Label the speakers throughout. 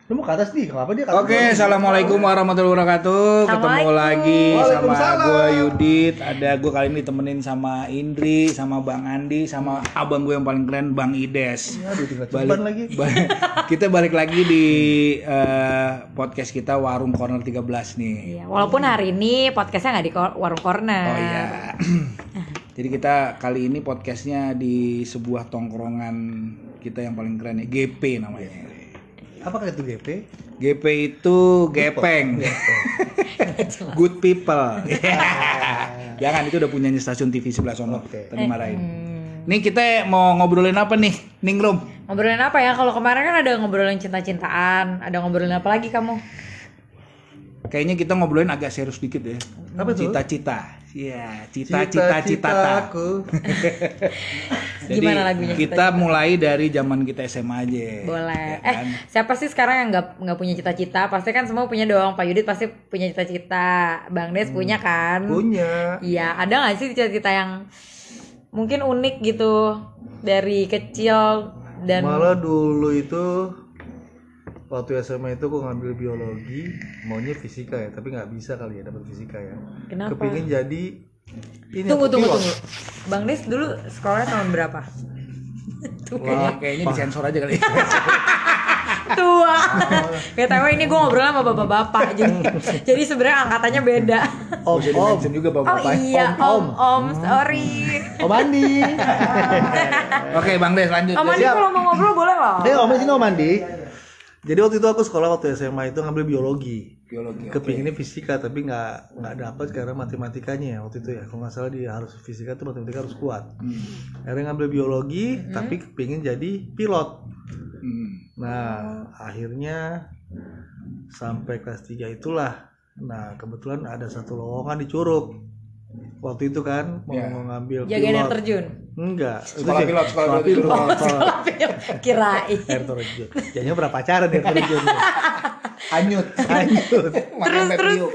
Speaker 1: Lu mau ke atas nih, kenapa dia ke atas?
Speaker 2: Oke, assalamualaikum warahmatullahi wabarakatuh. Ketemu lagi sama gue Yudit. Ada gue kali ini ditemenin sama Indri, sama Bang Andi, sama abang gue yang paling keren Bang Ides. Kita balik lagi di podcast kita Warung Corner 13 nih.
Speaker 3: Iya, walaupun hari ini podcastnya nggak di Warung Corner.
Speaker 2: Oh iya. Jadi kita kali ini podcastnya di sebuah tongkrongan kita yang paling keren ya, GP namanya.
Speaker 1: Apakah itu GP?
Speaker 2: GP itu gepeng. Good people. Jangan, itu udah punya stasiun TV sebelah sono. Tadi marahin. Nih kita mau ngobrolin apa nih, Ningrum?
Speaker 3: Ngobrolin apa ya? Kalau kemarin kan ada ngobrolin cinta-cintaan, ada ngobrolin apa lagi kamu?
Speaker 2: Kayaknya kita ngobrolin agak serius dikit ya.
Speaker 1: Apa tuh?
Speaker 2: Cita-cita. Iya, cita-cita aku. Jadi,
Speaker 3: gimana lagunya?
Speaker 2: Kita mulai dari zaman kita SMA aja.
Speaker 3: Boleh.
Speaker 2: Ya kan?
Speaker 3: Siapa sih sekarang yang nggak punya cita-cita? Pasti kan semua punya dong. Pak Yudit pasti punya cita-cita. Bang Des punya kan?
Speaker 1: Punya.
Speaker 3: Iya. Ada nggak sih cita-cita yang mungkin unik gitu dari kecil dan?
Speaker 1: Malah dulu itu waktu SMA itu aku ngambil biologi, maunya fisika ya, tapi nggak bisa kali ya dapat fisika ya.
Speaker 3: Kenapa?
Speaker 1: Kepingin jadi ini.
Speaker 3: Tunggu. Bang Des dulu sekolahnya tahun berapa?
Speaker 2: Wah, kayaknya disensor aja kali.
Speaker 3: Tua. BTW ini gue ngobrol sama bapak-bapak, jadi sebenarnya angkatannya beda.
Speaker 2: Om juga bapak-bapak.
Speaker 3: Oh iya, om, sorry.
Speaker 1: Om Andi.
Speaker 2: Oke, Bang Des lanjut.
Speaker 3: Om Andi kalau mau ngobrol boleh loh.
Speaker 1: Om di sini Om Andi. Jadi waktu itu aku sekolah waktu SMA itu ngambil biologi. Kepinginnya fisika tapi nggak dapat karena matematikanya ya waktu itu ya. Kalau nggak salah dia harus fisika tuh matematika harus kuat. Akhirnya ngambil biologi tapi kepingin jadi pilot. Nah akhirnya sampai kelas 3 itulah. Nah kebetulan ada satu lowongan di Curug. Waktu itu kan mau ngambil
Speaker 3: jagain air
Speaker 1: pilot.
Speaker 3: Terjun.
Speaker 1: Enggak.
Speaker 2: Sekolah pilot.
Speaker 3: Kirain.
Speaker 1: Air terjun. Jadinya berapa pacaran air terjun?
Speaker 2: Hanyut.
Speaker 3: Terus.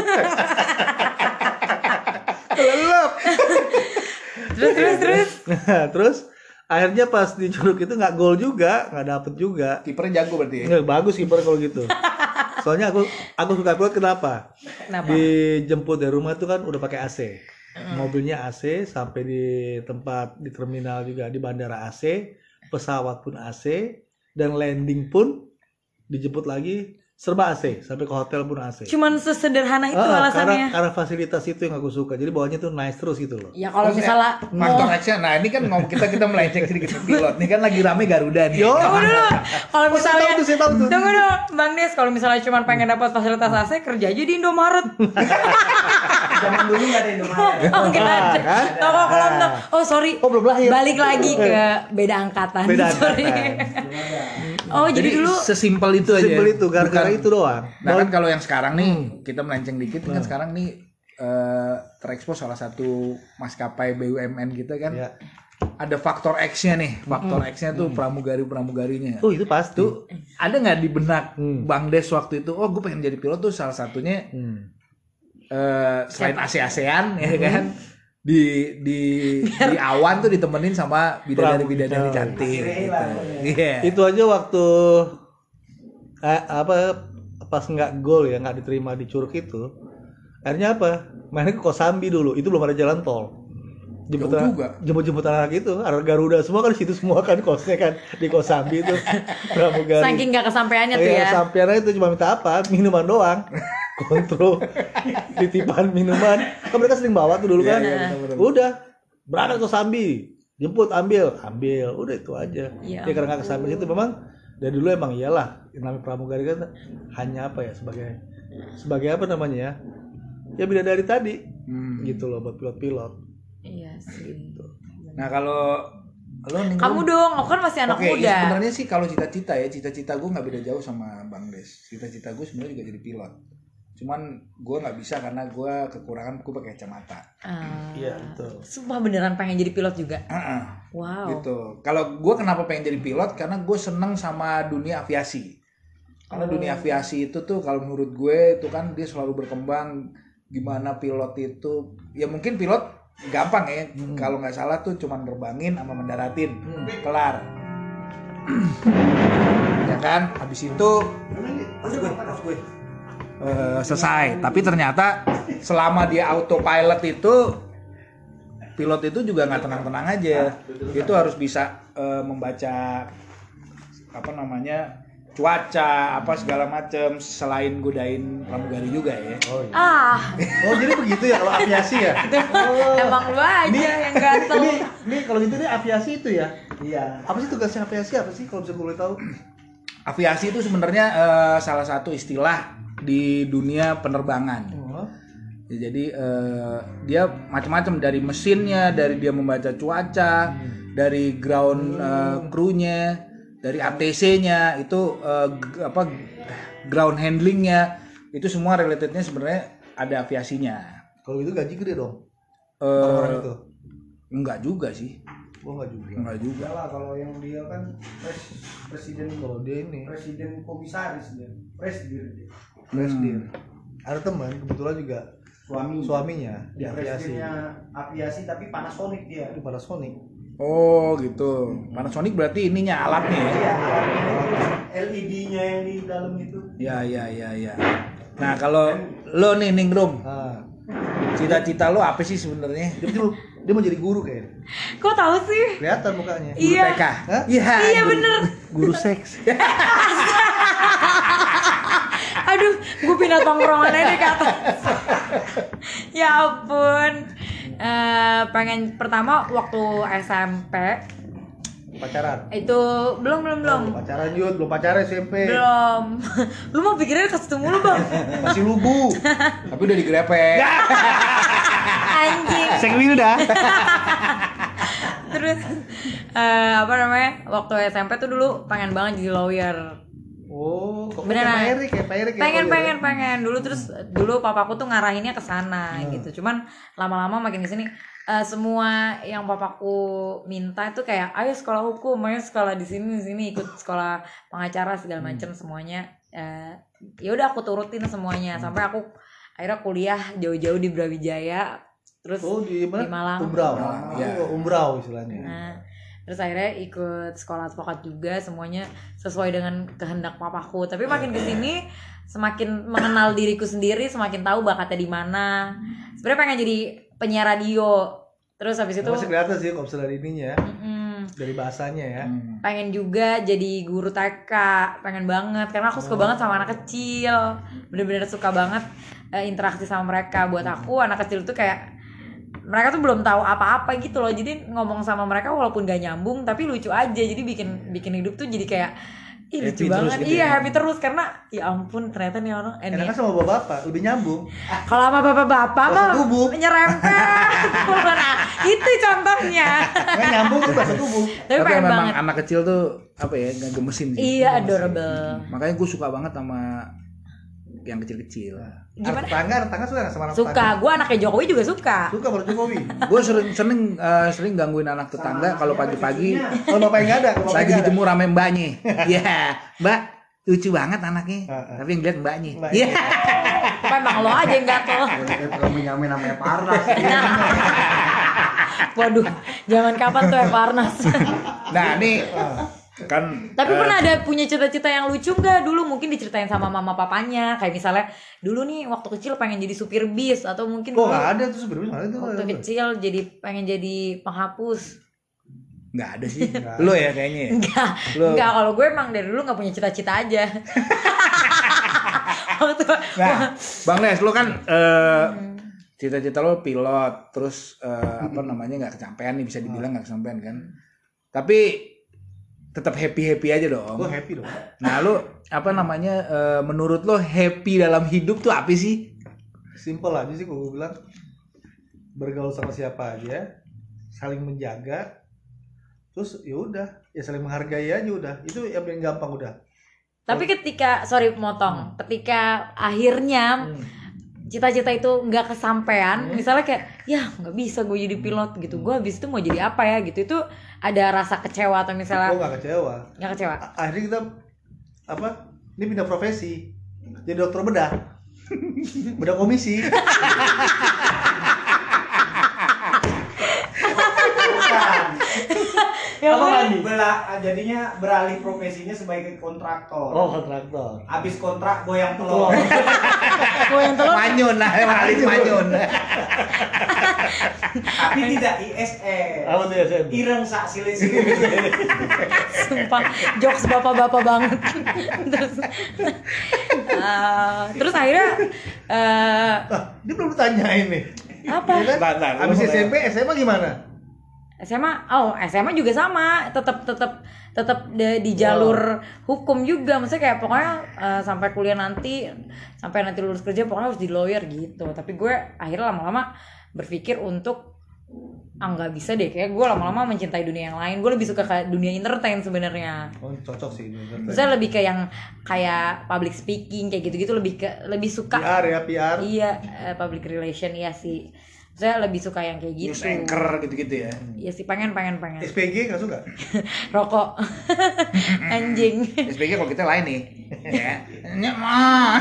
Speaker 1: Lelep.
Speaker 3: Terus.
Speaker 1: Nah, terus akhirnya pas di Curug itu nggak gol juga, nggak dapet juga.
Speaker 2: Kipernya jago berarti ya?
Speaker 1: Nggak bagus kiper kalau gitu. Soalnya aku suka pilot kenapa? Dijemput dari rumah tuh kan udah pakai AC. Mobilnya AC, sampai di tempat di terminal juga di bandara AC, pesawat pun AC, dan landing pun dijemput lagi serba AC, sampai ke hotel pun AC.
Speaker 3: Cuman sesederhana itu alasannya.
Speaker 1: Karena fasilitas itu yang aku suka. Jadi bawahnya tuh nice terus gitu loh.
Speaker 3: Ya kalau misalnya
Speaker 2: faktor action. Nah, ini kan kita melenceng sedikit ke pilot. Ini kan lagi rame Garuda nih.
Speaker 3: Tunggu dulu. Kalau misalnya
Speaker 1: saya tahu tuh.
Speaker 3: Tunggu dulu, Bang Des, kalau misalnya cuma pengen dapat fasilitas AC, kerja aja di Indomaret.
Speaker 4: Zaman dulu nggak ada Indomaret.
Speaker 3: Oh, enggak ada.
Speaker 1: Kan?
Speaker 3: Toko kolam tuh. Oh, sorry.
Speaker 1: Belum lahir.
Speaker 3: Balik lagi ke beda angkatan. Sorry. Oh, jadi dulu
Speaker 2: sesimpel itu aja.
Speaker 1: Sesimpel itu, gara-gara itu doang.
Speaker 2: Nah kan kalau yang sekarang nih, kita melenceng dikit kan sekarang nih terekspos salah satu maskapai BUMN kita kan.
Speaker 1: Ya.
Speaker 2: Ada faktor X-nya nih. Faktor X-nya tuh pramugarinya.
Speaker 1: Oh, itu pasti.
Speaker 2: Tuh ada nggak di benak Bang Des waktu itu? Oh, gue pengen jadi pilot tuh salah satunya selain ASEAN ya kan. Di awan tuh ditemenin sama bidadari cantik gitu. Yeah.
Speaker 1: Itu aja waktu pas nggak gol ya, nggak diterima di Curug itu, akhirnya apa, mainnya ke Kosambi dulu. Itu belum ada jalan tol, jemput anak itu, anak Garuda semua kan di situ semua kan, kosnya kan di Kosambi itu. Pramugari.
Speaker 3: saking nggak kesampaiannya tuh ya.
Speaker 1: Kesampaiannya itu cuma minta apa, minuman doang. Kontrol titipan minuman kan mereka sering bawa tuh dulu kan. Udah berangkat ke Sambi, jemput ambil udah itu aja. Ya karena nggak kesambil itu memang dari dulu emang iyalah namanya pramugari kan hanya apa ya, sebagai apa namanya ya bidadari tadi gitu loh buat pilot-pilot.
Speaker 3: Iya sih gitu.
Speaker 2: Nah kalau lo nih,
Speaker 3: kamu dong, aku kan masih anak muda.
Speaker 2: Sebenarnya sih kalau cita-cita gue nggak beda jauh sama Bang Des. Cita-cita gue sebenarnya juga jadi pilot. Cuman gue nggak bisa karena gue kekurangan gue pakai kacamata.
Speaker 1: Iya betul.
Speaker 3: Sumpah beneran pengen jadi pilot juga. Wow.
Speaker 2: Gitu. Kalau gue kenapa pengen jadi pilot? Karena gue seneng sama dunia aviasi. Karena dunia aviasi itu tuh kalau menurut gue itu kan dia selalu berkembang. Gimana pilot itu? Ya mungkin pilot gampang ya. Kalau nggak salah tuh cuman nerbangin sama mendaratin. Kelar. ya kan. Habis itu selesai. Tapi ternyata selama dia autopilot itu, pilot itu juga nggak tenang-tenang aja. Itu harus bisa membaca apa namanya cuaca, apa segala macam selain godain pramugari juga ya.
Speaker 1: Oh, iya. Oh jadi begitu ya kalau aviasi ya?
Speaker 3: Emang lu aja yang gatel.
Speaker 1: Ini kalau gitu nih aviasi itu ya?
Speaker 4: Iya.
Speaker 1: Apa sih tugasnya aviasi apa sih kalau bisa boleh tahu?
Speaker 2: Aviasi itu sebenarnya salah satu istilah di dunia penerbangan. Ya, jadi dia macam-macam dari mesinnya, dari dia membaca cuaca, dari ground krunya, dari ATC-nya itu ground handlingnya itu semua relatednya sebenarnya ada aviasinya.
Speaker 1: Kalau itu gaji gede dong. Orang-orang itu.
Speaker 2: Enggak juga sih.
Speaker 1: Oh enggak juga.
Speaker 2: Enggak juga.
Speaker 4: Iyalah kalau yang dia kan presiden
Speaker 1: Kalau dia ini
Speaker 4: presiden komisaris dia. Presiden.
Speaker 1: Ada teman kebetulan juga suaminya di aviasi.
Speaker 4: Presidennya aviasi tapi Panasonic dia.
Speaker 1: Di Panasonic.
Speaker 2: Oh gitu. Panasonic berarti ininya alatnya ya.
Speaker 4: Iya, LED-nya yang di dalam itu.
Speaker 2: Ya. Nah, kalau lo nih Ningrum, cita-cita lo apa sih sebenarnya?
Speaker 1: Dia mau jadi guru kayaknya.
Speaker 3: Kok tahu sih?
Speaker 1: Kelihatan mukanya.
Speaker 2: Guru
Speaker 3: Iya.
Speaker 2: TK.
Speaker 1: Hah?
Speaker 3: Iya bener.
Speaker 1: Guru seks.
Speaker 3: Aduh, gue pindah tongkrongan aja deh ke atas. Ya ampun. Pengen pertama waktu SMP
Speaker 1: Pacaran.
Speaker 3: itu belum.
Speaker 1: Pacaran Yud, belum pacaran SMP.
Speaker 3: Belum. Lu mau pikirnya ke situ mulu, Bang?
Speaker 1: Masih lugu.
Speaker 2: Tapi udah digrepek.
Speaker 3: Anjing.
Speaker 1: Segwi udah.
Speaker 3: Terus apa namanya? Waktu SMP tuh dulu pengen banget jadi lawyer.
Speaker 1: Oh, kok
Speaker 3: Beneran.
Speaker 1: Pak Erik ya?
Speaker 3: Pengen dulu. Terus dulu papaku tuh ngarahinnya ke sana gitu. Cuman lama-lama makin di sini semua yang papaku minta itu kayak ayo sekolah hukum, ayo sekolah di sini ikut sekolah pengacara segala macam semuanya. Ya udah aku turutin semuanya sampai aku akhirnya kuliah jauh-jauh di Brawijaya. Terus
Speaker 1: di
Speaker 3: Malang.
Speaker 1: Umbrau istilahnya.
Speaker 3: Nah, terus akhirnya ikut sekolah advokat juga, semuanya sesuai dengan kehendak papaku. Tapi makin kesini semakin mengenal diriku sendiri, semakin tahu bakatnya di mana. Sebenarnya pengen jadi penyiar radio. Terus habis itu
Speaker 1: masih kelihatan sih kalau misalnya ininya dari bahasanya ya.
Speaker 3: pengen juga jadi guru TK, pengen banget karena aku suka banget sama anak kecil. Bener-bener suka banget interaksi sama mereka. Buat aku anak kecil tuh kayak mereka tuh belum tahu apa-apa gitu loh, jadi ngomong sama mereka walaupun gak nyambung tapi lucu aja, jadi bikin hidup tuh jadi kayak lucu banget gitu happy terus karena ya ampun ternyata nih orang
Speaker 1: enak sama bapak lebih nyambung.
Speaker 3: Kalau sama bapak-bapak mah nyerempet. Nah itu contohnya
Speaker 1: nggak nyambung tuh bahasa tubuh.
Speaker 3: tapi pengen
Speaker 2: memang
Speaker 3: banget
Speaker 2: anak kecil tuh apa ya nggak gemesin sih.
Speaker 3: Iya adorable.
Speaker 2: Makanya gue suka banget sama yang kecil-kecil.
Speaker 3: Gimana?
Speaker 1: Tangga suka nggak sama anak
Speaker 3: Suka, gue anaknya Jokowi juga suka.
Speaker 1: Suka pada Jokowi.
Speaker 2: Gue sering gangguin anak tetangga kalau pagi-pagi.
Speaker 1: Kalau bapaknya nggak ada.
Speaker 2: Lagi dijemur rame mbaknya. Iya, mbak lucu banget anaknya. Tapi yang lihat mbaknya. Iya.
Speaker 3: Memang lo aja yang gatel.
Speaker 4: Kami namanya Parnas.
Speaker 3: Waduh, jangan kapan tuh ya Parnas.
Speaker 2: Nah nih kan.
Speaker 3: Tapi pernah ada punya cita-cita yang lucu nggak dulu? Mungkin diceritain sama mama papanya. Kayak misalnya dulu nih waktu kecil pengen jadi supir bis atau mungkin.
Speaker 1: Kok nggak ada tuh supir bis?
Speaker 3: Waktu kecil pengen jadi penghapus.
Speaker 2: Nggak ada sih. Lo ya kayaknya.
Speaker 3: Enggak. Kalau gue emang dari dulu nggak punya cita-cita aja.
Speaker 2: Nah, Bang Les, lo kan cita-cita lo pilot, terus apa namanya nggak kecapean nih, bisa dibilang nggak kecapean kan? Tapi tetap happy aja dong.
Speaker 1: Gue happy dong.
Speaker 2: Nah, lo apa namanya? Menurut lo happy dalam hidup tuh apa sih?
Speaker 1: Simple aja sih, gue bilang bergaul sama siapa aja, saling menjaga, terus ya udah, ya saling menghargai aja udah. Itu yang paling gampang udah.
Speaker 3: Tapi ketika ketika akhirnya cita-cita itu nggak kesampaian, misalnya kayak ya nggak bisa gue jadi pilot gitu, gue habis itu mau jadi apa ya gitu, itu ada rasa kecewa atau misalnya?
Speaker 1: Gue nggak kecewa.
Speaker 3: Nggak kecewa.
Speaker 1: Akhirnya kita ini pindah profesi, jadi dokter bedah, bedah komisi. Apa mandi?
Speaker 4: Jadinya beralih profesinya sebagai kontraktor.
Speaker 1: Oh, kontraktor.
Speaker 4: Habis kontrak goyang telur.
Speaker 3: Goyang telur.
Speaker 2: Manyun lah, maling manyun.
Speaker 4: Tapi tidak ISN.
Speaker 1: Apa tuh ISN?
Speaker 4: Ireng sak silih.
Speaker 3: Sumpah, jokes bapak-bapak banget. Terus akhirnya
Speaker 1: Dia belum tanyain nih.
Speaker 3: apa?
Speaker 1: Ya kan?
Speaker 2: Bentar,
Speaker 1: Abis
Speaker 2: lu mau
Speaker 1: SMP, SMA gimana?
Speaker 3: SMA juga sama, tetap di jalur hukum juga. Maksudnya kayak pokoknya sampai kuliah nanti, sampai nanti lulus kerja pokoknya harus di lawyer gitu. Tapi gue akhirnya lama-lama berpikir untuk nggak bisa deh, kayak gue lama-lama mencintai dunia yang lain. Gue lebih suka ke dunia entertain sebenarnya.
Speaker 1: Oh, cocok sih.
Speaker 3: Maksudnya lebih ke yang kayak public speaking kayak gitu-gitu, lebih suka.
Speaker 1: PR ya, PR.
Speaker 3: Iya, public relation iya sih. Saya lebih suka yang kayak gitu.
Speaker 2: News anchor gitu-gitu ya.
Speaker 3: Iya sih, pengen.
Speaker 1: SPG nggak suka?
Speaker 3: Rokok. Anjing.
Speaker 2: SPG kalau kita lain nih. Ya. Nyama.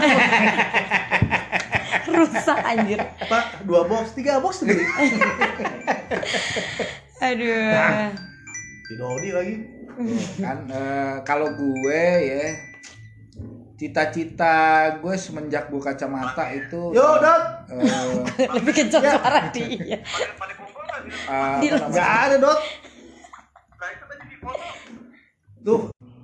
Speaker 3: Rusak anjir.
Speaker 1: Pak, 2 box, 3 box tuh.
Speaker 3: Aduh.
Speaker 1: Si Dodi lagi.
Speaker 2: Kan kalau gue ya cita-cita gue semenjak buka kacamata itu
Speaker 1: Yo, Dot.
Speaker 3: Lebih kencang suara dia.
Speaker 1: Nggak ada, Dot. Tuh.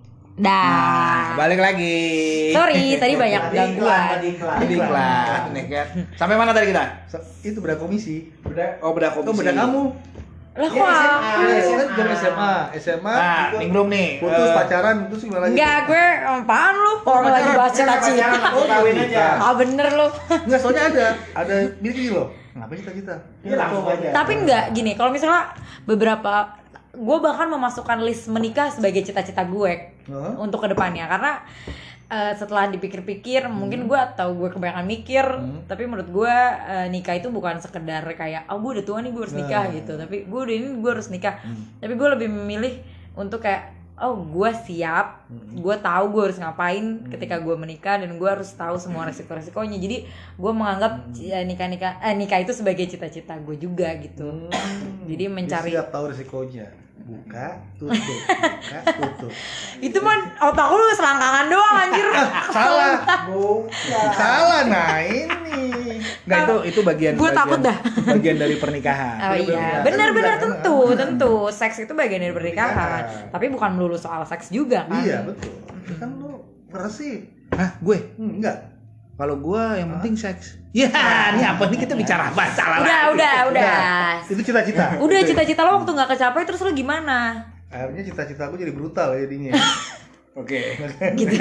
Speaker 3: Dah.
Speaker 2: balik lagi.
Speaker 3: Sorry, tadi banyak gangguan.
Speaker 2: Jadi iklan, nih kan. Sampai mana tadi kita?
Speaker 1: Itu beda komisi.
Speaker 2: Oh, beda komisi.
Speaker 1: Itu beda kamu.
Speaker 3: Lah
Speaker 4: Ya,
Speaker 3: kok
Speaker 1: Kan
Speaker 3: aku?
Speaker 1: jam SMA.
Speaker 2: Nah, ningrum nih.
Speaker 1: Putus pacaran, putus gimana lagi?
Speaker 3: Enggak, gue apaan lu? Orang lagi bahas cita-cita.
Speaker 4: Kawin aja.
Speaker 3: Bener lu.
Speaker 1: Enggak, soalnya ada gini loh. Ngapain cita-cita?
Speaker 4: Iya, langsung aja.
Speaker 3: Tapi enggak gini, kalau misalnya beberapa gue bahkan memasukkan list menikah sebagai cita-cita gue untuk kedepannya, karena setelah dipikir-pikir mungkin gue tahu gue kebanyakan mikir, tapi menurut gue nikah itu bukan sekedar kayak gue udah tua nih gue harus nikah gitu, tapi gue udah ini gue harus nikah, tapi gue lebih memilih untuk kayak gue siap, gue tahu gue harus ngapain ketika gue menikah, dan gue harus tahu semua resiko-resikonya. Jadi gue menganggap nikah itu sebagai cita-cita gue juga gitu. Jadi mencari.
Speaker 1: Siap tahu resikonya. Buka, tutup.
Speaker 3: Itu mah otak lu selangkangan doang anjir.
Speaker 1: Salah.
Speaker 4: Bukan.
Speaker 1: Salah, nah ini.
Speaker 2: Enggak, itu bagian.
Speaker 3: Gua takut dah.
Speaker 2: Bagian dari pernikahan.
Speaker 3: Oh iya, benar-benar tentu. Seks itu bagian dari pernikahan. Tapi bukan melulu soal seks juga kan.
Speaker 1: Iya, betul. Kan lu bersih.
Speaker 2: Hah, gue?
Speaker 1: Enggak.
Speaker 2: Kalau gue yang penting seks. Ya, ini apa nih kita bicara masalah.
Speaker 3: Udah.
Speaker 1: Itu cita-cita.
Speaker 3: Udah cita-cita lo waktu nggak kecapai terus lo gimana?
Speaker 1: Akhirnya cita-cita aku jadi brutal jadinya.
Speaker 2: Oke.
Speaker 3: Gitu.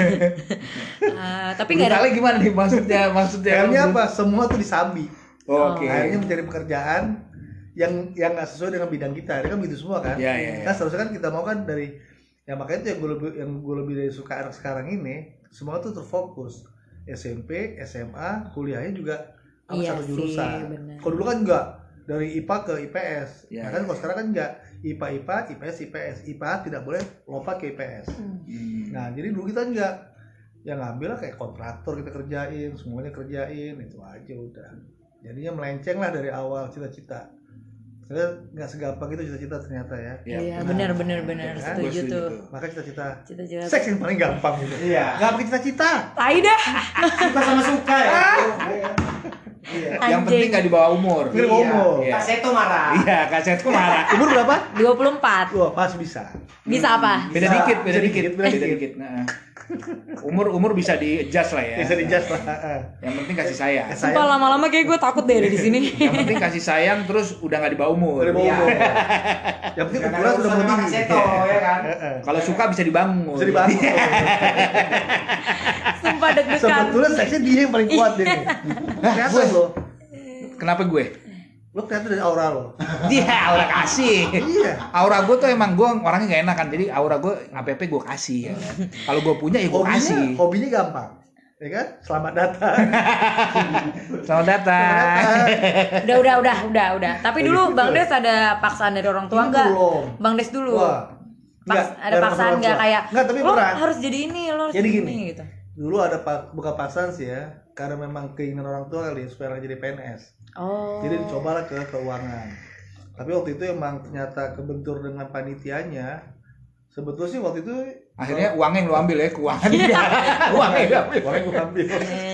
Speaker 3: Tapi nggak ada.
Speaker 2: Brutalnya gimana nih maksudnya?
Speaker 1: Akhirnya apa? Semua tuh disambi.
Speaker 2: Oke.
Speaker 1: Akhirnya mencari pekerjaan yang nggak sesuai dengan bidang kita. Ini kan begitu semua kan?
Speaker 2: Iya.
Speaker 1: Nah, seharusnya kan kita mau kan dari makanya itu yang gue lebih dari suka anak sekarang ini, semua tuh terfokus. SMP, SMA, kuliahnya juga
Speaker 3: Iya
Speaker 1: satu
Speaker 3: sih,
Speaker 1: jurusan.
Speaker 3: bener.
Speaker 1: Kalau dulu kan enggak dari IPA ke IPS.
Speaker 2: Iya,
Speaker 1: Nah kan kalau sekarang kan enggak IPA, IPS. IPA tidak boleh lompat ke IPS. Nah, jadi dulu kita enggak yang ngambil lah kayak kontraktor kita kerjain, semuanya kerjain, itu aja udah. Jadinya melenceng lah dari awal cita-cita. Saya nggak segampang itu cita-cita ternyata ya.
Speaker 3: Iya, benar,
Speaker 1: kan?
Speaker 3: setuju tuh.
Speaker 1: Maka cita-cita
Speaker 3: Cita-cita.
Speaker 1: seks yang paling gampang gitu.
Speaker 4: Iya.
Speaker 1: Nggak pakai cita-cita.
Speaker 3: Tai dah.
Speaker 4: Suka sama suka ya. Iya.
Speaker 2: Yang penting nggak di bawah umur.
Speaker 1: Nggak di bawah umur.
Speaker 2: Iya.
Speaker 4: Kak Seto marah.
Speaker 2: Iya, kasetku marah.
Speaker 1: Umur berapa?
Speaker 3: 24.
Speaker 1: Wah, pas bisa.
Speaker 3: Bisa apa?
Speaker 2: Beda dikit.
Speaker 1: beda dikit.
Speaker 2: Nah, umur bisa di-adjust lah ya.
Speaker 1: Bisa dijudge lah.
Speaker 2: Yang penting kasih sayang.
Speaker 3: Sumpah lama-lama kayak gue takut deh dari sini.
Speaker 2: Yang penting kasih sayang terus udah nggak di bawah umur.
Speaker 1: Dari bawah umur. Yang penting ukuran sudah
Speaker 4: sama Kak
Speaker 1: melebihi.
Speaker 4: Seto ya kan.
Speaker 2: Kalau suka bisa dibangun.
Speaker 1: Bisa dibangun.
Speaker 3: Sumpah deg-degan.
Speaker 1: Sebetulnya seksnya dia yang paling kuat deh. Kelihatan loh.
Speaker 2: Kenapa gue?
Speaker 1: Lo kelihatan dari aura lo.
Speaker 2: Dia aura kasih.
Speaker 1: Iya.
Speaker 2: Aura gue tuh emang gue orangnya gak enak kan. Jadi aura gue APP gue kasih ya kan. Kalau gue punya ya gue kasih.
Speaker 1: Hobinya gampang. Ya kan? Selamat datang.
Speaker 2: Selamat datang.
Speaker 3: Udah. Tapi dulu Bang Des ada paksaan dari orang tua
Speaker 1: Ini
Speaker 3: enggak?
Speaker 1: belum.
Speaker 3: Bang Des dulu.
Speaker 1: Wah.
Speaker 3: Ada paksaan enggak kayak
Speaker 1: Enggak, tapi
Speaker 3: lo
Speaker 1: pernah.
Speaker 3: harus jadi ini, lo harus
Speaker 1: Jadi
Speaker 3: jadi
Speaker 1: gini.
Speaker 3: ini gitu.
Speaker 1: Dulu ada buka paksaan sih ya. Karena memang keinginan orang tua kali supaya jadi PNS.
Speaker 3: Oh.
Speaker 1: Jadi dicobalah ke keuangan. Tapi waktu itu emang ternyata kebentur dengan panitianya. Sebetulnya sih waktu itu
Speaker 2: akhirnya uangnya yang lu ambil ya, keuangan uangnya yang ambil.
Speaker 1: Uangnya gue ambil.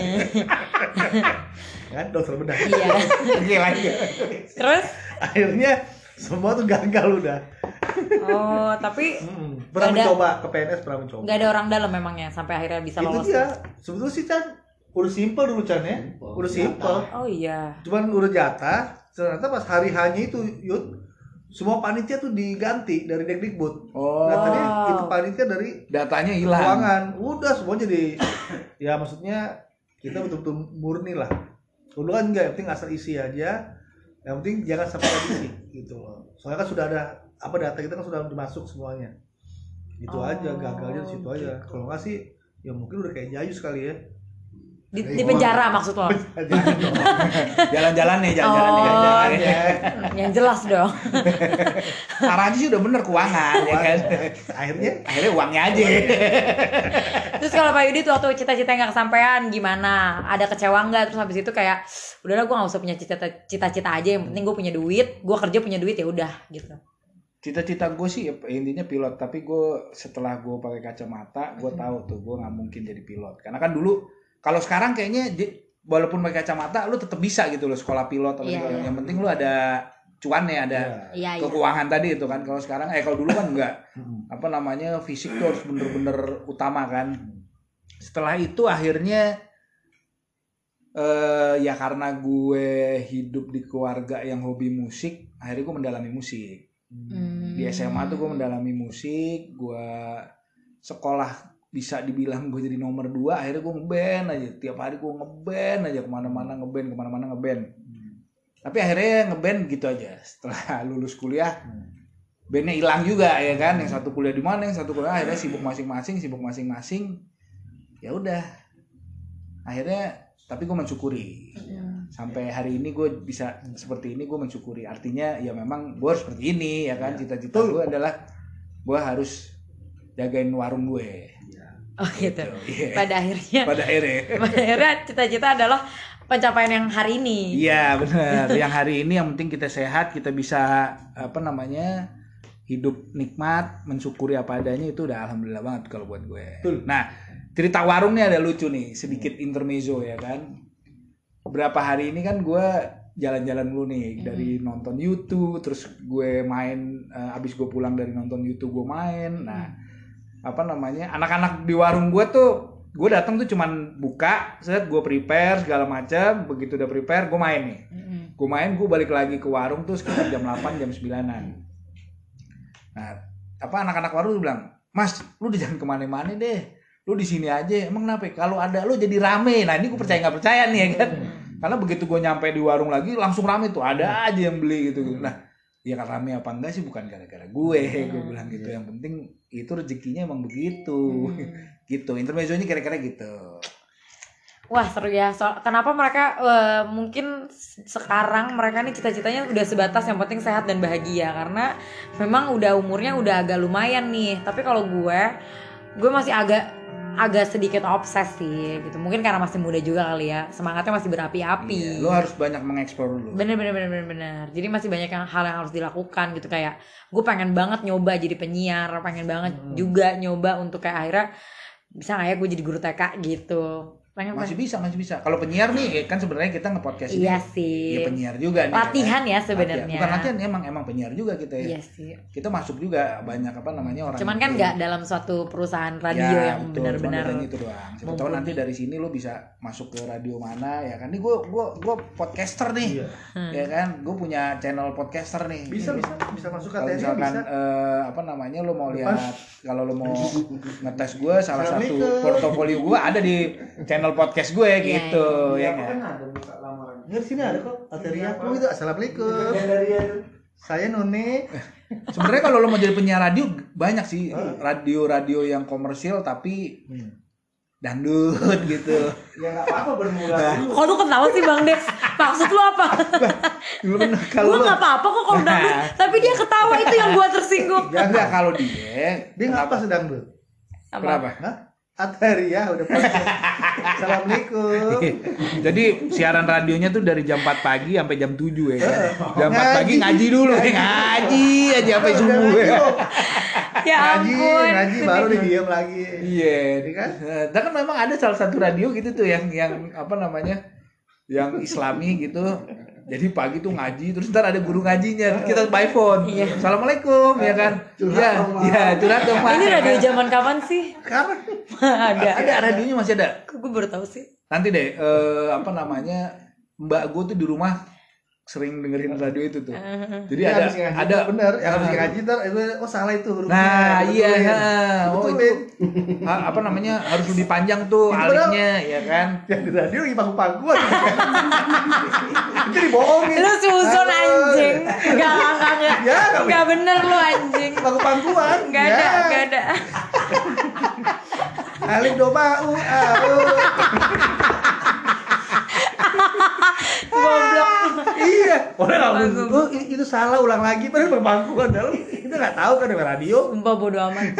Speaker 1: Kan dokter bedah.
Speaker 3: Iya.
Speaker 2: Gila.
Speaker 3: Terus
Speaker 1: Akhirnya semua tuh gagal udah.
Speaker 3: oh, tapi
Speaker 1: Pernah
Speaker 3: nggak ada-
Speaker 1: mencoba ke PNS, pernah mencoba.
Speaker 3: nggak ada orang dalam memangnya sampai akhirnya bisa
Speaker 1: Itu
Speaker 3: lolos.
Speaker 1: dia. Sebetulnya sih Chan udah simple dulu Chan ya. Udah simple.
Speaker 3: Oh iya.
Speaker 1: Cuman udah jatah. Ternyata pas hari hanya itu Yud, semua panitia tuh diganti dari Dekdikbud.
Speaker 2: Oh,
Speaker 1: Datanya itu panitia dari
Speaker 2: datanya hilang.
Speaker 1: keuangan. Udah semua jadi ya maksudnya kita betul-betul murni lah. Dulu kan enggak, yang penting asal isi aja. Yang penting jangan sampai isi gitu loh. Soalnya kan sudah ada apa data kita kan sudah dimasuk semuanya. Itu aja gagalnya di situ aja. Kalau nggak sih ya mungkin udah kayak Jayu sekali ya.
Speaker 3: Di penjara maksud lo?
Speaker 2: Jalan-jalan nih, jalan-jalan nih,
Speaker 3: Oh.
Speaker 2: jalan-jalan nih.
Speaker 3: Yang jelas dong.
Speaker 2: Arahnya sih udah bener keuangan ya kan. Akhirnya uangnya aja.
Speaker 3: Terus kalau Pak Yudi tuh waktu cita-cita nggak kesampaian gimana? Ada kecewa nggak? Terus habis itu kayak udahlah gue nggak usah punya cita-cita aja. Yang penting gue punya duit, gue kerja punya duit ya udah gitu.
Speaker 2: Cita-cita gue sih intinya pilot, tapi gue setelah gue pakai kacamata, gue tahu tuh gue nggak mungkin jadi pilot. Karena kan dulu kalau sekarang kayaknya walaupun pakai kacamata lu tetap bisa gitu loh sekolah pilot atau
Speaker 3: Iya.
Speaker 2: yang penting lu ada cuannya, ada
Speaker 3: Iya, iya.
Speaker 2: keuangan tadi itu kan. Kalau sekarang kalau dulu kan enggak apa namanya fisik tuh harus bener-bener utama kan. Setelah itu akhirnya ya karena gue hidup di keluarga yang hobi musik, akhirnya gue mendalami musik. Di SMA tuh gue mendalami musik, gue sekolah bisa dibilang gue jadi nomor 2, akhirnya gue ngeband aja, tiap hari gue ngeband aja, kemana-mana ngeband. Tapi akhirnya ngeband gitu aja. Setelah lulus kuliah, bandnya hilang juga ya kan, yang satu kuliah di mana, yang satu kuliah akhirnya sibuk masing-masing. Ya udah, akhirnya tapi gue mensyukuri. Sampai hari ini gue bisa seperti ini, gue mensyukuri. Artinya ya memang gue harus seperti ini ya kan. Cita-cita gue adalah gue harus jagain warung gue.
Speaker 3: Oh gitu.
Speaker 2: Yeah.
Speaker 3: Pada akhirnya cita-cita adalah pencapaian yang hari ini.
Speaker 2: Iya benar. Yang hari ini yang penting kita sehat, kita bisa apa namanya hidup nikmat, mensyukuri apa adanya, itu udah alhamdulillah banget kalau buat gue. Nah, cerita warung nih ada lucu nih, sedikit intermezzo ya kan. Berapa hari ini kan gue jalan-jalan dulu nih dari nonton YouTube, terus gue main abis gue pulang dari nonton YouTube gue main. Nah, apa namanya anak-anak di warung gue tuh, gue datang tuh cuman buka, gue prepare segala macam, begitu udah prepare gue main nih. Gue main, gue balik lagi ke warung tuh sekitar jam 8 jam 9-an. Nah, apa anak-anak warung tuh bilang, "Mas, lu jangan kemana-mana deh, lu di sini aja." Emang kenapa? Kalau ada lu jadi rame. Nah ini gue percaya nggak percaya nih ya kan. Karena begitu gue nyampe di warung lagi langsung rame tuh, ada aja yang beli gitu. Nah ya kan rame apa enggak sih bukan gara-gara gue bilang gitu. Yang penting itu rezekinya emang begitu. Gitu. Intermezzonya kira-kira gitu.
Speaker 3: Wah seru ya. Kenapa mereka mungkin sekarang mereka nih cita-citanya udah sebatas yang penting sehat dan bahagia, karena memang udah umurnya udah agak lumayan nih. Tapi kalau gue masih agak sedikit obses sih gitu. Mungkin karena masih muda juga kali ya, semangatnya masih berapi-api.
Speaker 2: Iya, lo harus banyak mengeksplor dulu.
Speaker 3: Bener. Jadi masih banyak hal yang harus dilakukan gitu. Kayak gue pengen banget nyoba jadi penyiar, pengen banget juga nyoba untuk kayak akhirnya bisa nggak ya gue jadi guru TK gitu.
Speaker 2: Masih bisa. Kalau penyiar nih kan sebenarnya kita nge-podcast ini.
Speaker 3: Iya sih.
Speaker 2: Ya penyiar juga nih.
Speaker 3: Latihan
Speaker 2: kan?
Speaker 3: ya sebenarnya.
Speaker 2: Bukan latihan, emang penyiar juga kita ya.
Speaker 3: Iya sih.
Speaker 2: Kita masuk juga banyak apa namanya orang.
Speaker 3: Cuman kan nggak dalam suatu perusahaan radio
Speaker 2: ya,
Speaker 3: yang
Speaker 2: betul,
Speaker 3: benar-benar
Speaker 2: itu doang. Siapa tahu nanti dari sini lo bisa masuk ke radio mana ya kan. Ini gue podcaster nih. Ya kan, gue punya channel podcaster nih.
Speaker 1: Bisa masuk
Speaker 2: Kalau
Speaker 1: katanya
Speaker 2: misalkan
Speaker 1: bisa.
Speaker 2: apa namanya lo mau lihat, kalau lo mau ngetes gue, salah satu portofolio gue ada di channel podcast gue gitu ya
Speaker 4: Kan
Speaker 2: kan.
Speaker 4: ada buka lamaran.
Speaker 1: Di sini ada kok Ateria. Oh itu assalamualaikum.
Speaker 4: Gandaria itu.
Speaker 1: Saya None.
Speaker 2: Sebenarnya kalau lo mau jadi penyiar radio banyak sih radio yang komersil tapi dangdut gitu.
Speaker 4: Ya nggak apa-apa bermula dulu.
Speaker 3: Kok lu ketawa sih Bang Des? Maksud lu apa?
Speaker 2: Kalau
Speaker 3: Gue nggak apa-apa kok kalau dangdut, tapi dia ketawa itu yang gue tersinggung.
Speaker 2: ya enggak kalau dia
Speaker 1: Dia ngapa sedang tuh?
Speaker 2: kenapa?
Speaker 1: Hah? Ateria udah pasti. Assalamualaikum.
Speaker 2: Jadi siaran radionya tuh dari jam 4 pagi sampai jam 7 ya kan. Jam 4 pagi ngaji dulu, ngaji aja sampai subuh ya.
Speaker 3: Ya ampun.
Speaker 1: Ngaji baru diam lagi.
Speaker 2: Iya,
Speaker 1: Ini kan?
Speaker 2: Dan kan memang ada salah satu radio gitu tuh yang apa namanya? Yang Islami gitu. Jadi pagi tuh ngaji, terus ntar ada guru ngajinya, kita by phone.
Speaker 3: Iya.
Speaker 2: Assalamualaikum ya kan. Iya, curhat dong Pak.
Speaker 3: Ini radio zaman kapan sih?
Speaker 1: Sekarang
Speaker 3: Ada.
Speaker 2: Radionya masih ada.
Speaker 3: Kok gue baru tahu sih?
Speaker 2: Nanti deh apa namanya? Mbak gue tuh di rumah sering dengerin radio itu tuh. Jadi ada
Speaker 1: bener, yang habis ngaji ntar salah itu hurufnya.
Speaker 2: Nah, iya. Oh
Speaker 1: Betulin.
Speaker 2: itu apa namanya? Harus lebih panjang tuh alifnya ya kan.
Speaker 1: Yang di radio lagi pangku-pangkuan. Itu dibohongin.
Speaker 3: Lu susun anjing. Enggak.
Speaker 1: Ya,
Speaker 3: Enggak bener lu anjing.
Speaker 1: pangku-pangkuan.
Speaker 3: Enggak ada.
Speaker 1: Alif doma u a u.
Speaker 3: Goblok.
Speaker 1: Iya. Orang
Speaker 3: Langsung.
Speaker 1: itu salah ulang lagi padahal berpangkuan dalam. Kita nggak tahu kan dengan radio.
Speaker 3: Sumpah bodo amat.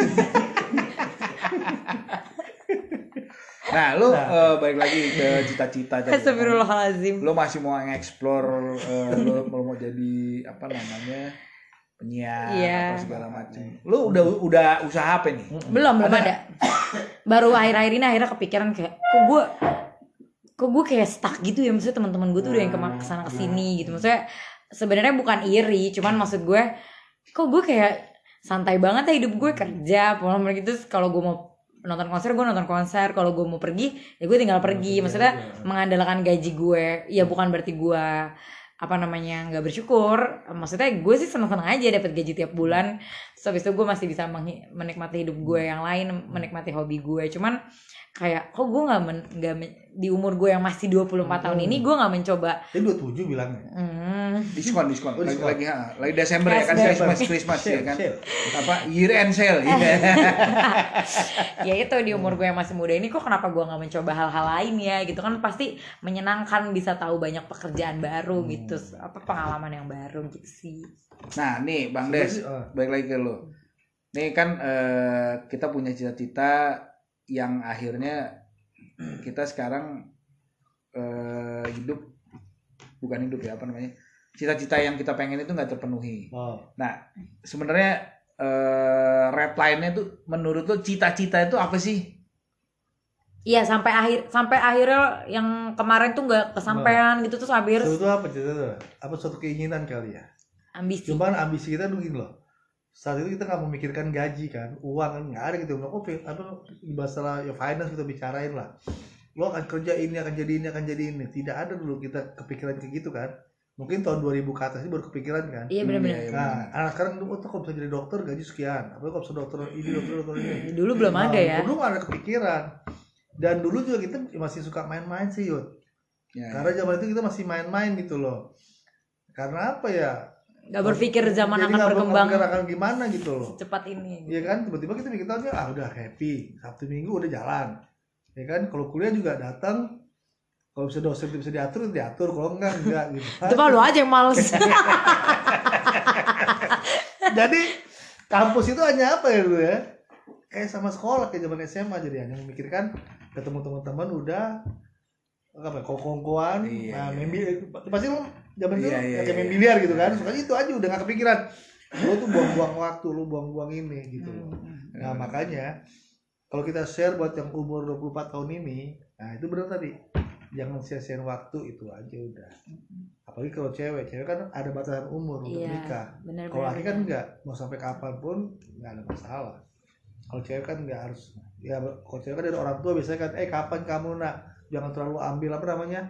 Speaker 2: Nah, lu balik lagi ke cita-cita tadi.
Speaker 3: Astagfirullahalazim.
Speaker 2: Lu masih mau nge-explore lu mau jadi apa namanya? Penyiar
Speaker 3: Iya.
Speaker 2: apa segala macam. Lu udah usaha apa nih?
Speaker 3: Belum ada. Baru akhir-akhir ini akhirnya kepikiran kayak kok gue kayak stuck gitu ya, maksudnya teman-teman gue tuh udah yang kesana kesini gitu, maksudnya sebenarnya bukan iri, cuman maksud gue kok gue kayak santai banget ya hidup gue, kerja pulang gitu, kalau gue mau nonton konser gue nonton konser, kalau gue mau pergi ya gue tinggal pergi, maksudnya mengandalkan gaji gue, ya bukan berarti gue apa namanya nggak bersyukur, maksudnya gue sih seneng-seneng aja dapat gaji tiap bulan, terus habis itu gue masih bisa menikmati hidup gue yang lain, menikmati hobi gue, cuman kayak kok gue nggak di umur gue yang masih 24 tahun ini gue nggak mencoba.
Speaker 1: Dia 27 bilangnya.
Speaker 2: Diskon.
Speaker 1: Oh, diskon.
Speaker 2: Lagi Desember ya kan, Christmas ya kan. Apa year end sale.
Speaker 3: Ya itu di umur gue yang masih muda ini kok kenapa gue nggak mencoba hal-hal lain ya gitu kan, pasti menyenangkan bisa tahu banyak pekerjaan baru gitu, apa pengalaman yang baru gitu sih.
Speaker 2: Nah nih Bang Des, balik lagi ke lu. Nih kan kita punya cita-cita yang akhirnya kita sekarang bukan hidup ya, apa namanya, cita-cita yang kita pengen itu nggak terpenuhi. Nah sebenarnya red line-nya tuh menurut lo cita-cita itu apa sih?
Speaker 3: Iya sampai akhirnya yang kemarin tuh nggak kesampaian gitu, terus habis
Speaker 1: Itu apa cita-cita? Apa suatu keinginan kali ya?
Speaker 3: ambisi.
Speaker 1: Cuman ambisi kita begini loh. Saat itu kita nggak memikirkan gaji kan, uang kan nggak ada gitu. Apa masalah ya finance kita bicarain lah. Lo akan kerja ini, akan jadi ini. Tidak ada dulu kita kepikiran kayak gitu kan. Mungkin tahun 2000 ke atas ini baru kepikiran kan.
Speaker 3: Iya benar-benar.
Speaker 1: Nah, anak sekarang tuh kalau bisa jadi dokter gaji sekian. Apa kalau bisa dokter ini, dokter ini.
Speaker 3: Dulu belum ada ya.
Speaker 1: Dulu nggak ada kepikiran. Dan dulu juga kita masih suka main-main sih Yud.
Speaker 2: Ya.
Speaker 1: Karena zaman itu kita masih main-main gitu loh. Karena apa ya?
Speaker 3: Gak berpikir zaman
Speaker 1: Jadi
Speaker 3: akan
Speaker 1: nggak
Speaker 3: berkembang
Speaker 1: berpikir akan gimana gitu loh.
Speaker 3: cepat ini.
Speaker 1: Iya kan, tiba-tiba kita bikin tahunnya udah happy, Sabtu Minggu udah jalan. Ya kan, kalau kuliah juga datang, kalau bisa dosen bisa diatur, kalau enggak gitu.
Speaker 3: Itu mah lu aja yang males.
Speaker 1: Jadi kampus itu hanya apa ya dulu ya? Kayak sama sekolah kayak zaman SMA, jadi hanya memikirkan ketemu teman-teman udah apa kongkoan, nah pasti lu zaman itu kayak main biliar gitu kan, suka itu aja udah nggak kepikiran. Lu tuh buang-buang waktu, lu buang-buang ini gitu. Nah makanya kalau kita share buat yang umur 24 tahun ini, nah itu benar tadi, jangan sia-siain waktu, itu aja udah. Apalagi kalau cewek kan ada batasan umur untuk nikah. Kalau laki kan enggak, mau sampai kapanpun nggak ada masalah. Kalau cewek kan nggak harus, ya kalau cewek kan dari orang tua biasanya kan, kapan kamu nak, jangan terlalu ambil apa namanya,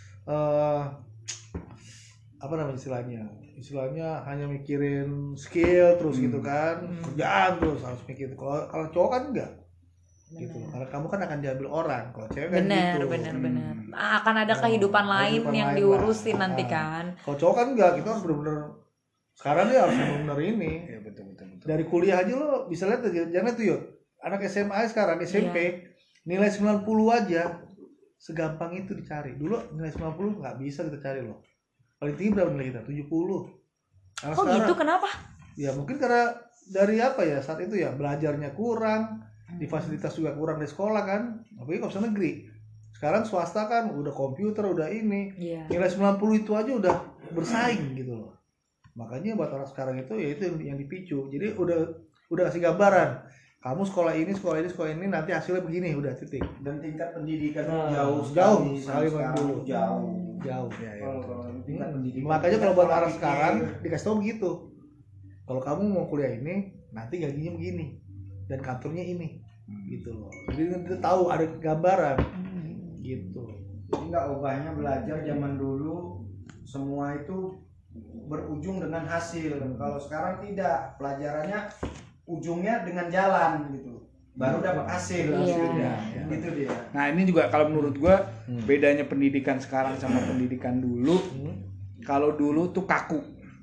Speaker 1: apa namanya istilahnya hanya mikirin skill terus gitu kan, kerjaan terus harus mikir. Kalau cowok kan enggak. Gitu. Karena kamu kan akan diambil orang. Kalau cewek kan gitu.
Speaker 3: Benar. Akan ada kehidupan lain yang diurusin nanti kan.
Speaker 1: Kalau cowok kan enggak, kita harus benar-benar sekarang dia harus benar-benar ini.
Speaker 2: Ya, betul.
Speaker 1: Dari kuliah aja lo bisa lihat, jangan tuh Yud. Anak SMA sekarang SMP nilai 90 aja segampang itu dicari. Dulu nilai 90 nggak bisa kita cari loh. Paling tinggi berapa nilai kita? 70. Karena
Speaker 3: Kok
Speaker 1: sekarang,
Speaker 3: gitu, kenapa?
Speaker 1: Ya mungkin karena dari apa ya, saat itu ya belajarnya kurang, di fasilitas juga kurang di sekolah kan. Apalagi kalau negeri Sekarang swasta kan udah komputer, udah ini.
Speaker 3: Iya.
Speaker 1: Nilai 90 itu aja udah bersaing gitu loh. Makanya buat anak sekarang itu ya itu yang dipicu. Jadi udah kasih gambaran. Kamu sekolah ini, nanti hasilnya begini, udah titik.
Speaker 4: Dan tingkat pendidikan
Speaker 1: Jauh
Speaker 4: jauh
Speaker 1: sekali
Speaker 4: sekarang
Speaker 1: dulu.
Speaker 4: jauh
Speaker 1: Ya, ya.
Speaker 4: tingkat pendidikan.
Speaker 1: Makanya kalau buat anak sekarang dikasih tahu begitu. Kalau kamu mau kuliah ini, nanti gajinya begini dan kantornya ini, gitu loh. Jadi nanti tahu ada gambaran, gitu.
Speaker 4: Jadi nggak ubahnya belajar zaman dulu semua itu berujung dengan hasil. Kalau sekarang tidak, pelajarannya ujungnya dengan jalan gitu. Baru dapat hasil.
Speaker 3: Iya.
Speaker 4: Gitu dia.
Speaker 2: Nah ini juga kalau menurut gua bedanya pendidikan sekarang sama pendidikan dulu. Kalau dulu tuh kaku.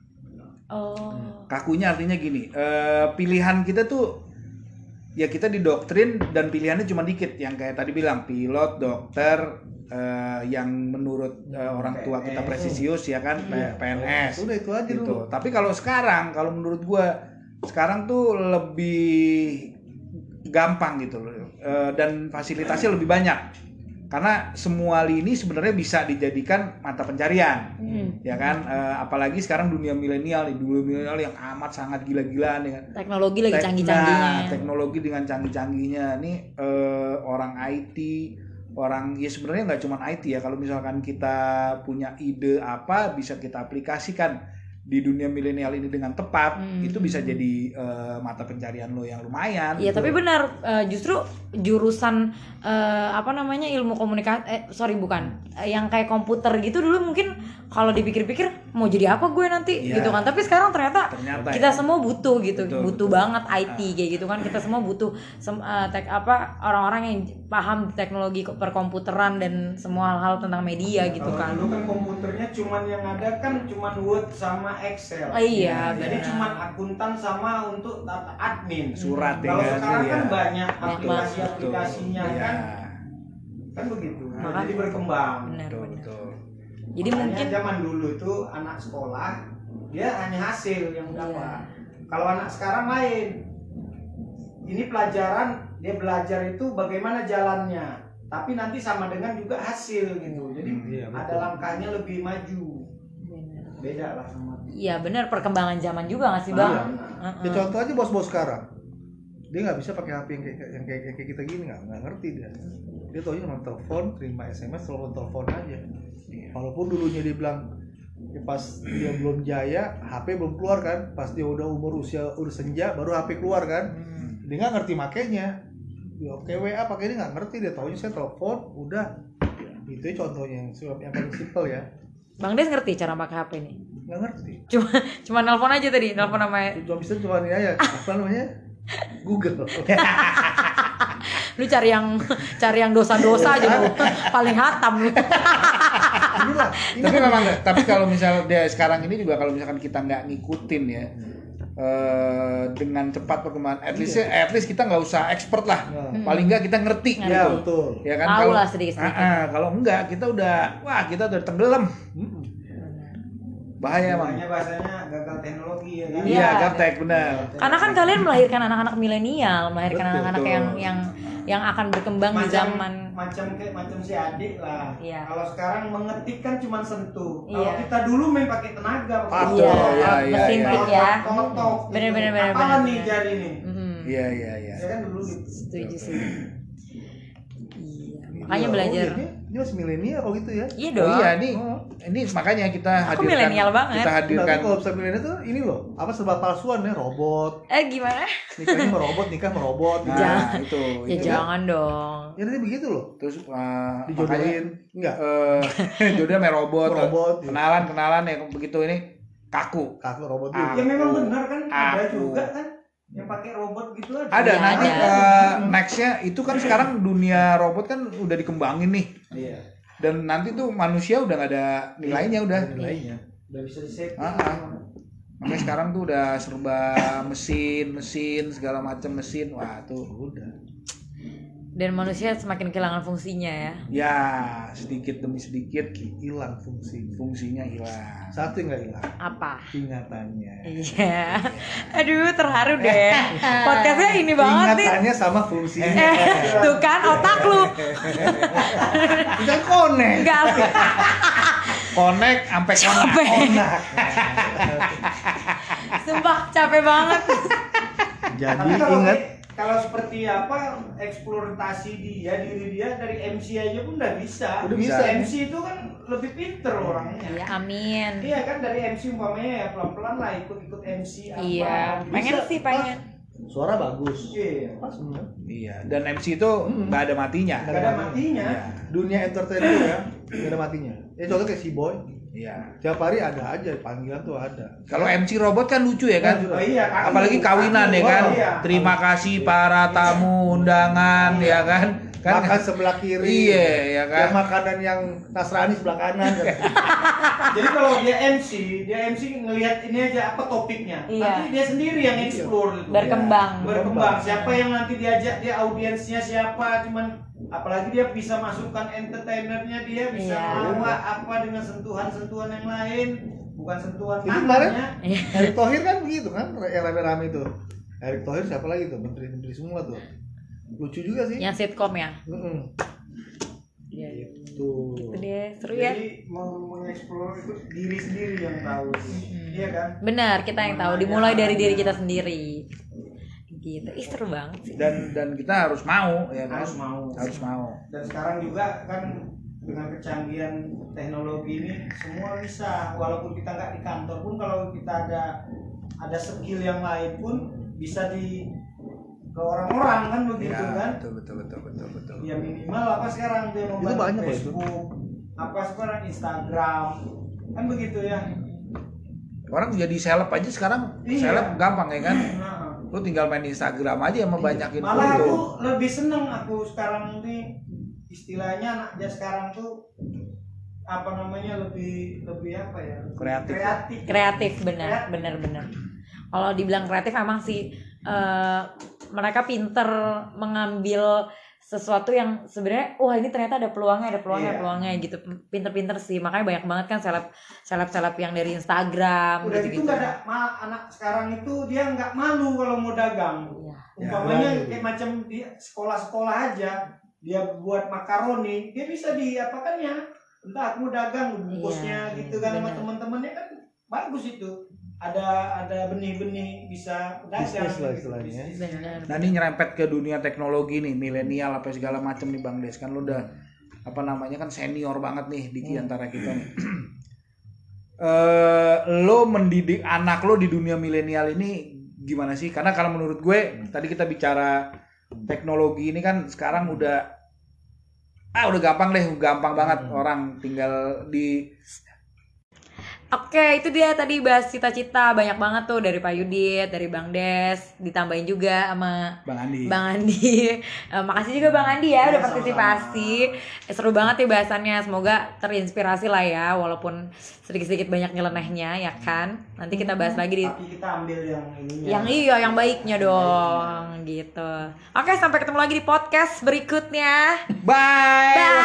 Speaker 2: Kakunya artinya gini, pilihan kita tuh ya kita didoktrin dan pilihannya cuma dikit. Yang kayak tadi bilang pilot, dokter, yang menurut orang tua kita presisius ya kan, PNS.
Speaker 1: Udah itu aja
Speaker 2: gitu.
Speaker 1: dulu.
Speaker 2: Tapi kalau sekarang, kalau menurut gua sekarang tuh lebih gampang gitu loh, dan fasilitasnya lebih banyak karena semua lini sebenarnya bisa dijadikan mata pencarian, ya kan, apalagi sekarang dunia milenial yang amat sangat gila-gilaan dengan
Speaker 3: Teknologi lagi canggih-canggihnya.
Speaker 2: teknologi dengan canggih-canggihnya nih, orang IT, orang ya sebenarnya nggak cuma IT ya, kalau misalkan kita punya ide apa bisa kita aplikasikan di dunia milenial ini dengan tepat, itu bisa jadi mata pencarian lo yang lumayan.
Speaker 3: Iya,
Speaker 2: gitu.
Speaker 3: tapi benar, justru jurusan ilmu komunikasi, yang kayak komputer gitu dulu mungkin kalau dipikir-pikir mau jadi apa gue nanti, gitu kan. Tapi sekarang ternyata kita semua butuh gitu, butuh banget IT kayak gitu kan. Kita semua butuh orang-orang yang paham teknologi perkomputeran dan semua hal-hal tentang media gitu kan.
Speaker 4: Dulu kan komputernya cuman yang ada kan cuman Word sama Excel.
Speaker 3: Iya,
Speaker 4: Jadi
Speaker 3: benar.
Speaker 4: cuman akuntan sama untuk data admin.
Speaker 2: Surat
Speaker 4: Kalau
Speaker 2: ya,
Speaker 4: sekarang kan
Speaker 2: iya.
Speaker 4: banyak
Speaker 3: Banyak
Speaker 4: aplikasi-aplikasinya
Speaker 2: Iya.
Speaker 4: kan begitu.
Speaker 3: Makanya-
Speaker 4: Jadi berkembang.
Speaker 3: Benar.
Speaker 2: Betul.
Speaker 3: Jadi
Speaker 4: Makanya
Speaker 3: mungkin
Speaker 4: zaman dulu itu anak sekolah dia hanya hasil yang
Speaker 3: Iya.
Speaker 4: dapat. Kalau anak sekarang lain. Ini pelajaran dia belajar itu bagaimana jalannya. Tapi nanti sama dengan juga hasil gitu. Jadi
Speaker 1: Iya, betul.
Speaker 4: ada langkahnya lebih maju. Beda lah sama.
Speaker 3: iya benar, perkembangan zaman juga nggak sih Bang?
Speaker 1: Ya contoh aja bos-bos sekarang, dia nggak bisa pakai HP yang kayak kita gini, nggak ngerti dia. Dia taunya cuma telepon, terima SMS, telepon aja. Walaupun dulunya dia bilang ya pas dia belum jaya, HP belum keluar kan, pas dia udah udah senja baru HP keluar kan. Dia nggak ngerti makainya. Dia oke WA pakai ini nggak ngerti, dia taunya saya telepon, udah. Itu contohnya yang paling simpel ya.
Speaker 3: Bang Des ngerti cara pakai HP nih?
Speaker 1: Nggak ngerti.
Speaker 3: Cuma nelpon aja tadi, nelpon sama
Speaker 1: Cuma bisa cuma ini aja, apa namanya? Google.
Speaker 3: lu cari yang dosa-dosa aja lu. Paling hatam lu.
Speaker 1: Inilah, ini
Speaker 2: Tapi memang tapi kalau misalnya dia sekarang ini juga kalau misalkan kita nggak ngikutin ya, dengan cepat perkembangan, at least kita nggak usah expert lah, paling nggak kita ngerti.
Speaker 1: ya
Speaker 2: gitu.
Speaker 1: betul.
Speaker 2: Ya kan,
Speaker 3: Tahu
Speaker 2: kalau
Speaker 3: lah sedikit-sedikit.
Speaker 2: kalau enggak kita udah tenggelam. Bahaya emang.
Speaker 4: Makanya bahasanya gagal teknologi ya kan.
Speaker 2: Iya, gaptek benar.
Speaker 3: Karena kan kalian melahirkan anak-anak milenial, melahirkan
Speaker 1: Betul,
Speaker 3: anak-anak yang akan berkembang di zaman
Speaker 4: macam si adik lah.
Speaker 3: Iya.
Speaker 4: Kalau sekarang mengetik kan cuma sentuh. Kalau
Speaker 3: Iya.
Speaker 4: kita dulu main pakai tenaga.
Speaker 1: Pakai
Speaker 3: iya,
Speaker 2: iya,
Speaker 3: mesin
Speaker 2: iya.
Speaker 3: tik ya.
Speaker 4: Totok.
Speaker 3: Bener.
Speaker 4: Apalan nih jari nih?
Speaker 2: Iya.
Speaker 4: Ya kan dulu gitu.
Speaker 3: Setuju sih. Iya, makanya belajar.
Speaker 1: Ini masih milenial kalau gitu ya.
Speaker 3: Iya
Speaker 2: Oh
Speaker 3: dong.
Speaker 2: iya, ini makanya kita
Speaker 3: Aku
Speaker 2: hadirkan.
Speaker 3: milenial banget.
Speaker 2: Kita
Speaker 1: Tapi
Speaker 2: hadirkan.
Speaker 1: kalau bisa milenial tuh ini loh, apa serba palsuan ya, robot.
Speaker 3: Gimana?
Speaker 1: Nikahnya merobot, nikah merobot.
Speaker 2: Nah,
Speaker 3: Jangan.
Speaker 2: itu.
Speaker 3: Ya
Speaker 2: itu.
Speaker 3: jangan dong.
Speaker 1: Ya nanti begitu loh.
Speaker 2: Terus makanya
Speaker 1: Dijodohin. Enggak.
Speaker 2: jodohnya sama robot.
Speaker 1: Robot, iya.
Speaker 2: Kenalan ya begitu ini kaku.
Speaker 1: Kakak robot
Speaker 2: Ah.
Speaker 1: juga.
Speaker 4: Ya memang benar kan ada
Speaker 2: Aku.
Speaker 4: juga kan yang pakai robot gitu aja.
Speaker 2: Ada
Speaker 3: Iya,
Speaker 2: nanti
Speaker 3: ada.
Speaker 2: nextnya itu kan sekarang dunia robot kan udah dikembangin nih,
Speaker 4: Iya.
Speaker 2: dan nanti tuh manusia udah nggak ada nilainya udah.
Speaker 1: Nilainya.
Speaker 4: Udah bisa di-setting.
Speaker 2: Makanya sekarang tuh udah serba mesin segala macam mesin. Wah tuh
Speaker 1: Udah.
Speaker 3: Dan manusia semakin kehilangan fungsinya ya.
Speaker 2: Ya, sedikit demi sedikit
Speaker 1: hilang
Speaker 2: fungsinya hilang.
Speaker 1: Satu yang nggak hilang,
Speaker 3: Apa?
Speaker 1: ingatannya.
Speaker 3: Iya. Aduh, terharu deh. Podcastnya ini banget nih.
Speaker 1: Ingatannya sama fungsinya.
Speaker 3: Tuh kan otak lu.
Speaker 1: Bukan konek.
Speaker 3: Enggak.
Speaker 2: Connect sampai
Speaker 3: Capek. Sumpah capek banget.
Speaker 1: Jadi
Speaker 4: Tapi kalau
Speaker 1: ingat,
Speaker 4: kalau seperti apa eksploitasi diri dia dari MC aja pun udah bisa.
Speaker 1: Udah bisa.
Speaker 4: MC itu kan lebih pinter orangnya.
Speaker 3: Iya, amin.
Speaker 4: Iya kan dari MC umpamanya ya pelan-pelan lah ikut MC apa.
Speaker 3: Iya, pengen
Speaker 1: Bisa.
Speaker 3: sih pengen.
Speaker 1: suara bagus.
Speaker 4: Iya.
Speaker 1: Pas bener.
Speaker 2: Iya, dan MC itu nggak ada matinya.
Speaker 4: Gak ada matinya.
Speaker 2: Iya.
Speaker 1: Dunia entertainment ya, nggak ada matinya. Ya contoh kayak si Boy,
Speaker 2: Iya.
Speaker 1: tiap hari ada aja panggilan tuh ada.
Speaker 2: Kalau MC robot kan lucu ya kan?
Speaker 4: Oh iya, kami.
Speaker 2: Apalagi kawinan ya kan?
Speaker 4: Oh, iya.
Speaker 2: Terima kasih para tamu undangan ya kan?
Speaker 1: Makan sebelah kiri.
Speaker 2: Iya, ya kan?
Speaker 1: Yang makanan yang Nasrani sebelah kanan.
Speaker 4: Jadi kalau dia MC ngelihat ini aja apa topiknya.
Speaker 3: Iya.
Speaker 4: Nanti dia sendiri yang explore gitu.
Speaker 3: Berkembang.
Speaker 4: Berkembang. Siapa yang nanti diajak dia audiensnya siapa, cuman apalagi dia bisa masukkan entertainernya, dia bisa
Speaker 3: Iya.
Speaker 4: bawa apa dengan sentuhan-sentuhan yang lain, bukan sentuhan
Speaker 1: Itu kemarin
Speaker 4: tangannya.
Speaker 1: Erick Thohir kan begitu kan, yang rame-rame itu. Erick Thohir siapa lagi tuh? Menteri-menteri semua tuh. Lucu juga sih.
Speaker 3: Yang sitkom ya. Iya.
Speaker 1: Tuh.
Speaker 3: Itu deh, seru ya.
Speaker 4: Jadi mau mengeksplor itu diri sendiri yang tahu. Iya kan?
Speaker 3: Benar, kita yang tahu. Dimulai dari diri kita sendiri. Gitu. Ih, seru banget sih.
Speaker 2: Dan kita harus mau ya kan?
Speaker 4: Harus mau.
Speaker 2: Harus mau.
Speaker 4: Dan sekarang juga kan dengan kecanggihan teknologi ini semua bisa, walaupun kita nggak di kantor pun kalau kita ada skill yang lain pun bisa ke orang-orang kan begitu
Speaker 2: Ya,
Speaker 4: kan.
Speaker 2: betul.
Speaker 4: Ya minimal apa sekarang dia
Speaker 1: Itu
Speaker 4: membantu
Speaker 1: banyak loh itu.
Speaker 4: Facebook, apa sekarang Instagram kan begitu ya.
Speaker 2: Orang jadi seleb aja sekarang,
Speaker 4: Iya.
Speaker 2: seleb gampang ya kan?
Speaker 4: Nah,
Speaker 2: Lu tinggal main Instagram aja sama banyakin
Speaker 4: malah
Speaker 2: foto.
Speaker 4: aku lebih seneng aku sekarang ini istilahnya anaknya sekarang tuh apa namanya lebih apa ya,
Speaker 2: Kreatif.
Speaker 3: Kreatif, benar. Kalau dibilang kreatif emang sih mereka pinter mengambil sesuatu yang sebenarnya wah ini ternyata ada peluangnya
Speaker 4: Iya.
Speaker 3: gitu. Pinter-pinter sih, makanya banyak banget kan seleb yang dari Instagram
Speaker 4: Udah
Speaker 3: gitu.
Speaker 4: gitu nggak ada anak sekarang itu dia nggak malu kalau mau dagang.
Speaker 3: Iya.
Speaker 4: Umpamanya
Speaker 1: Ya,
Speaker 4: kayak macam di sekolah-sekolah aja dia buat makaroni, dia bisa diapakannya. Entah aku mau dagang bungkusnya
Speaker 3: Iya,
Speaker 4: gitu kan sama
Speaker 3: benar.
Speaker 4: teman-temannya kan bagus itu. Ada benih-benih bisa dagang.
Speaker 1: Bisnis lah
Speaker 4: gitu,
Speaker 1: istilahnya.
Speaker 4: bisnis.
Speaker 3: Benar.
Speaker 2: Nah ini nyerempet ke dunia teknologi nih, milenial apa segala macam nih Bang Des, kan lu udah apa namanya kan senior banget nih di antara kita nih. Lo mendidik anak lo di dunia milenial ini gimana sih? Karena kalau menurut gue tadi kita bicara teknologi ini kan sekarang udah gampang banget orang tinggal di
Speaker 3: Oke, itu dia tadi bahas cita-cita banyak banget tuh dari Pak Yudit, dari Bang Des, ditambahin juga sama
Speaker 2: Bang Andi.
Speaker 3: Bang Andi. Makasih juga Bang Andi ya udah
Speaker 4: Iya,
Speaker 3: partisipasi. Seru banget nih bahasannya. Semoga terinspirasi lah ya walaupun sedikit-sedikit banyak nyelenehnya ya kan. Nanti kita bahas lagi di
Speaker 4: Tapi kita ambil yang ininya.
Speaker 3: yang baiknya dong gitu. Oke, sampai ketemu lagi di podcast berikutnya.
Speaker 2: Bye.
Speaker 3: Bye.